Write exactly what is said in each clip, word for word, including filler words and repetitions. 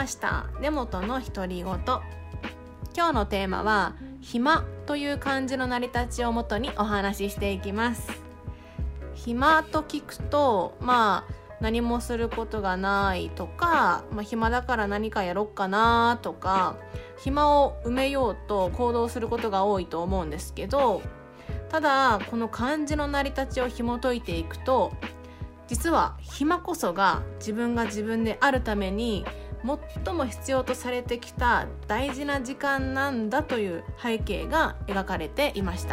ました根本の独り言。今日のテーマは暇という漢字の成り立ちをもとにお話ししていきます。暇と聞くとまあ何もすることがないとか、まあ、暇だから何かやろっかなとか、暇を埋めようと行動することが多いと思うんですけど、ただこの漢字の成り立ちを紐解いていくと、実は暇こそが自分が自分であるために最も必要とされてきた大事な時間なんだという背景が描かれていました。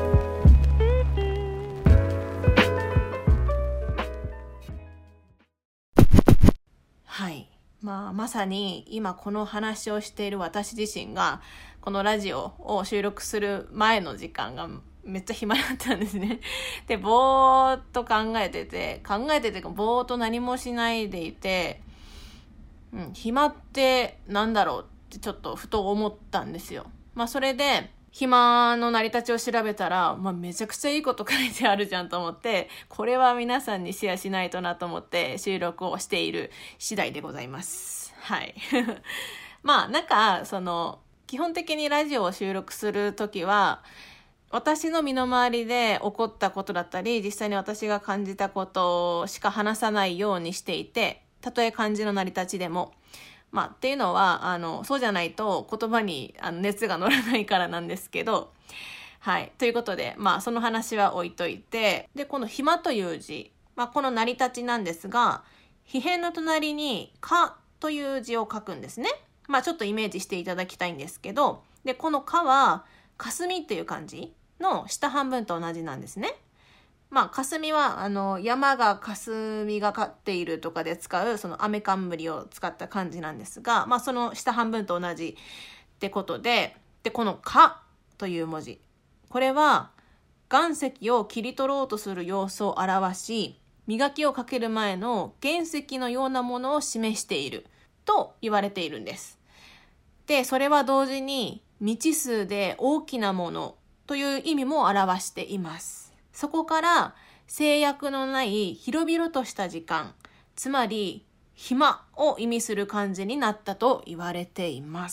はい、まあ、まさに今この話をしている私自身がこのラジオを収録する前の時間がめっちゃ暇だったんですね。で、ぼーっと考えてて、考えててぼーっと何もしないでいて、うん、暇ってなんだろうってちょっとふと思ったんですよ。まあそれで暇の成り立ちを調べたら、まあ、めちゃくちゃいいこと書いてあるじゃんと思って、これは皆さんにシェアしないとなと思って収録をしている次第でございます。はい。まあなんかその基本的にラジオを収録するときは、私の身の回りで起こったことだったり、実際に私が感じたことしか話さないようにしていて、たとえ漢字の成り立ちでも。まあ、っていうのは、あの、そうじゃないと言葉にあの熱が乗らないからなんですけど、はい。ということで、まあ、その話は置いといて、で、この暇という字、まあ、この成り立ちなんですが、非辺の隣にかという字を書くんですね。まあ、ちょっとイメージしていただきたいんですけど、で、このかは、霞っていう漢字の下半分と同じなんですね。まあ、霞は、あの、山が霞がかっているとかで使う、その雨冠を使った漢字なんですが、まあ、その下半分と同じってことで、で、このかという文字。これは、岩石を切り取ろうとする様子を表し、磨きをかける前の原石のようなものを示していると言われているんです。で、それは同時に、未知数で大きなものという意味も表しています。そこから制約のない広々とした時間、つまり暇を意味する漢字になったと言われています。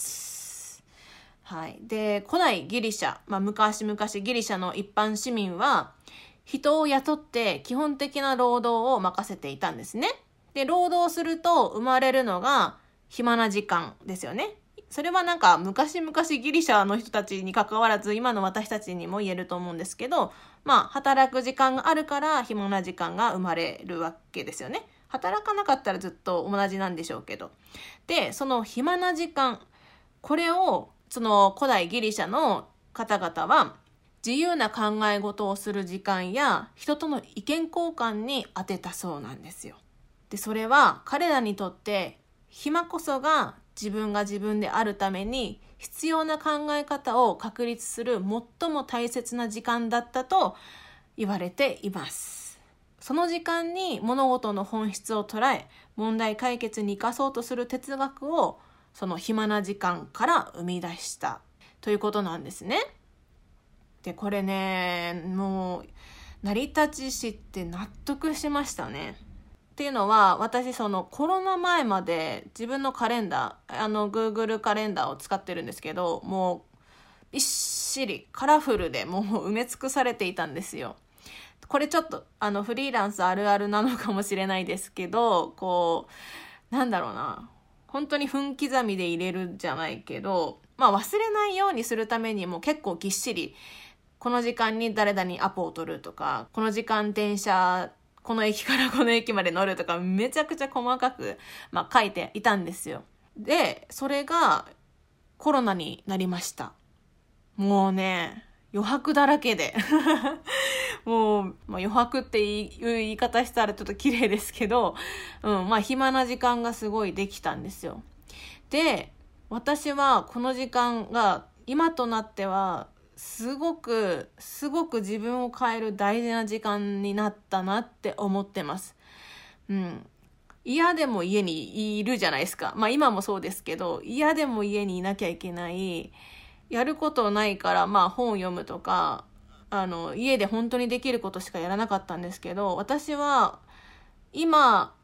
はい。で、古代ギリシャ、まあ、昔々ギリシャの一般市民は人を雇って基本的な労働を任せていたんですね。で、労働すると生まれるのが暇な時間ですよね。それはなんか昔々ギリシャの人たちに関わらず今の私たちにも言えると思うんですけど、まあ働く時間があるから暇な時間が生まれるわけですよね。働かなかったらずっと同じなんでしょうけど。で、その暇な時間、これをその古代ギリシャの方々は自由な考え事をする時間や人との意見交換に当てたそうなんですよ。で、それは彼らにとって暇こそが自分が自分であるために必要な考え方を確立する最も大切な時間だったと言われています。その時間に物事の本質を捉え、問題解決に生かそうとする哲学をその暇な時間から生み出したということなんですね。で、これね、もう成り立ち知って納得しましたね。っていうのは、私そのコロナ前まで自分のカレンダー、あの Google カレンダーを使ってるんですけど、もうびっしりカラフルでもう埋め尽くされていたんですよ。これちょっとあのフリーランスあるあるなのかもしれないですけど、こうなんだろうな、本当に分刻みで入れるじゃないけど、まあ忘れないようにするためにも結構ぎっしり、この時間に誰々にアポを取るとか、この時間電車この駅からこの駅まで乗るとかめちゃくちゃ細かく、まあ、書いていたんですよ。で、それがコロナになりました。もうね、余白だらけでもう、まあ、余白っていう言い方したらちょっと綺麗ですけど、うん、まあ暇な時間がすごいできたんですよ。で、私はこの時間が今となってはすごくすごく自分を変える大事な時間になったなって思ってます。うん。嫌でも家にいるじゃないですか。まあ今もそうですけど、嫌でも家にいなきゃいけない。やることないからまあ本を読むとか、あの家で本当にできることしかやらなかったんですけど、私は今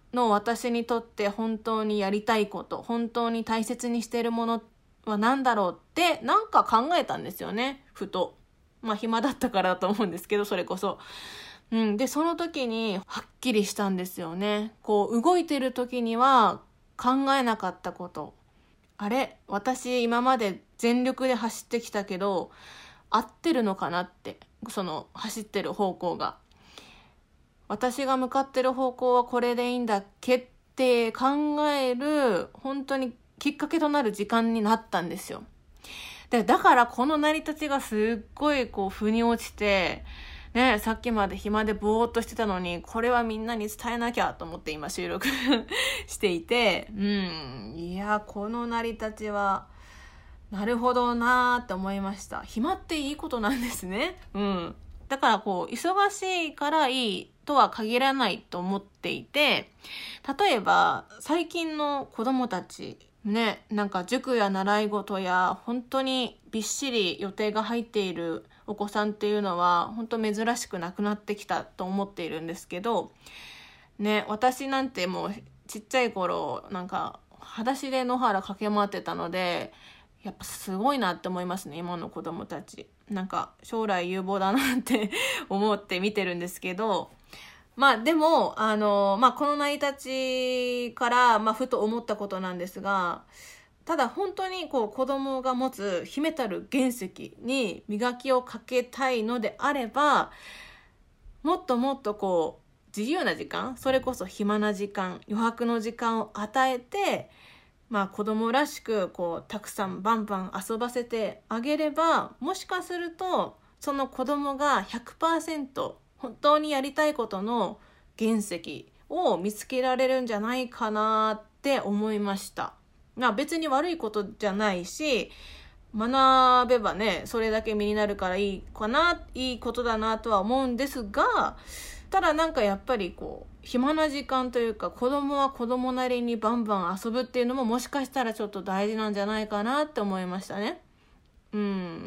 の私にとって本当にやりたいこと、本当に大切にしているものは何だろうってなんか考えたんですよね、ふと。まあ暇だったからだと思うんですけど、それこそ。うん、でその時にはっきりしたんですよね。こう動いてる時には考えなかったこと。あれ、私今まで全力で走ってきたけど合ってるのかなって、その走ってる方向が、私が向かってる方向はこれでいいんだっけって考える本当にきっかけとなる時間になったんですよ。でだからこの成り立ちがすっごいこう腑に落ちてね、さっきまで暇でぼーっとしてたのにこれはみんなに伝えなきゃと思って今収録していて、うんいやこの成り立ちはなるほどなーって思いました。暇っていいことなんですね。うんだからこう忙しいからいいとは限らないと思っていて、例えば最近の子供たちね、なんか塾や習い事や本当にびっしり予定が入っているお子さんっていうのは本当珍しくなくなってきたと思っているんですけどね、私なんてもうちっちゃい頃なんか裸足で野原駆け回ってたので、やっぱすごいなって思いますね、今の子供たち。なんか将来有望だなって思って見てるんですけど、まあでもあの、まあ、この成り立ちから、まあ、ふと思ったことなんですが、ただ本当にこう子供が持つ秘めたる原石に磨きをかけたいのであれば、もっともっとこう自由な時間、それこそ暇な時間、余白の時間を与えて、まあ子供らしくこうたくさんバンバン遊ばせてあげれば、もしかするとその子供が ひゃくパーセント 本当にやりたいことの原石を見つけられるんじゃないかなって思いました。まあ別に悪いことじゃないし、学べばねそれだけ身になるからいいかな、いいことだなとは思うんですが、ただなんかやっぱりこう暇な時間というか、子供は子供なりにバンバン遊ぶっていうのももしかしたらちょっと大事なんじゃないかなって思いましたね。うん、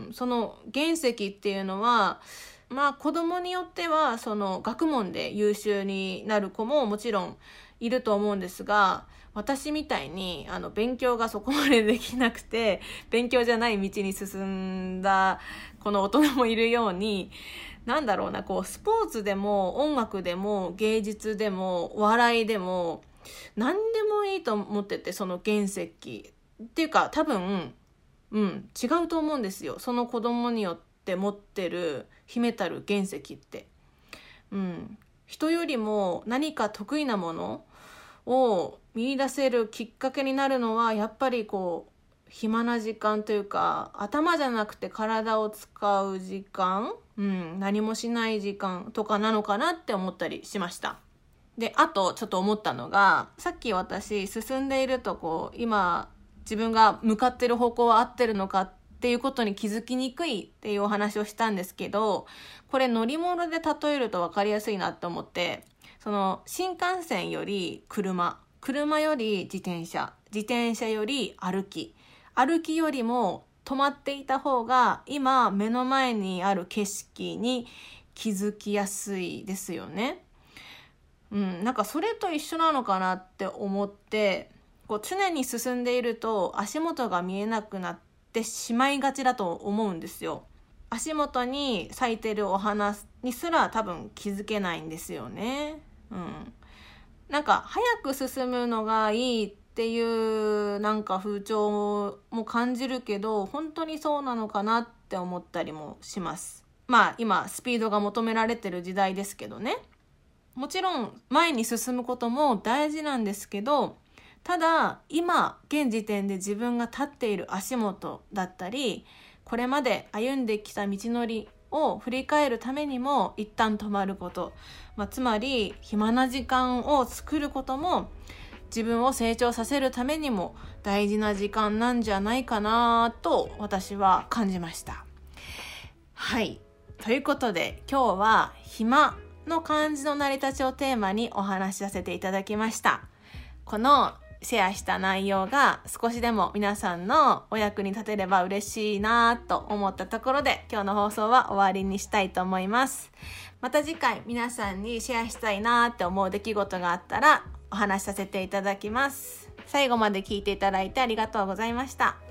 その原石っていうのはまあ子供によってはその学問で優秀になる子ももちろんいると思うんですが、私みたいにあの勉強がそこまでできなくて勉強じゃない道に進んだこの大人もいるように、なんだろうな、こうスポーツでも音楽でも芸術でも笑いでも何でもいいと思ってて、その原石っていうか多分、うん、違うと思うんですよ、その子供によって持ってる秘めたる原石って。うん、人よりも何か得意なものを見出せるきっかけになるのはやっぱりこう暇な時間というか、頭じゃなくて体を使う時間、うん、何もしない時間とかなのかなって思ったりしました。であとちょっと思ったのが、さっき私進んでいるとこう今自分が向かってる方向は合ってるのかっていうことに気づきにくいっていうお話をしたんですけど、これ乗り物で例えると分かりやすいなと思って、その新幹線より車、車より自転車、自転車より歩き、歩きよりも止まっていた方が今目の前にある景色に気づきやすいですよね。うん、なんかそれと一緒なのかなって思って、こう常に進んでいると足元が見えなくなってしまいがちだと思うんですよ。足元に咲いてるお花にすら多分気づけないんですよね。うん、なんか早く進むのがいいっていうなんか風潮も感じるけど、本当にそうなのかなって思ったりもします。まあ今スピードが求められてる時代ですけどね。もちろん前に進むことも大事なんですけど、ただ今現時点で自分が立っている足元だったり、これまで歩んできた道のりを振り返るためにも一旦止まること、まあ、つまり暇な時間を作ることも自分を成長させるためにも大事な時間なんじゃないかなと私は感じました。はい、ということで今日は暇の漢字の成り立ちをテーマにお話しさせていただきました。このシェアした内容が少しでも皆さんのお役に立てれば嬉しいなと思ったところで、今日の放送は終わりにしたいと思います。また次回皆さんにシェアしたいなって思う出来事があったらお話しさせていただきます。最後まで聞いていただいてありがとうございました。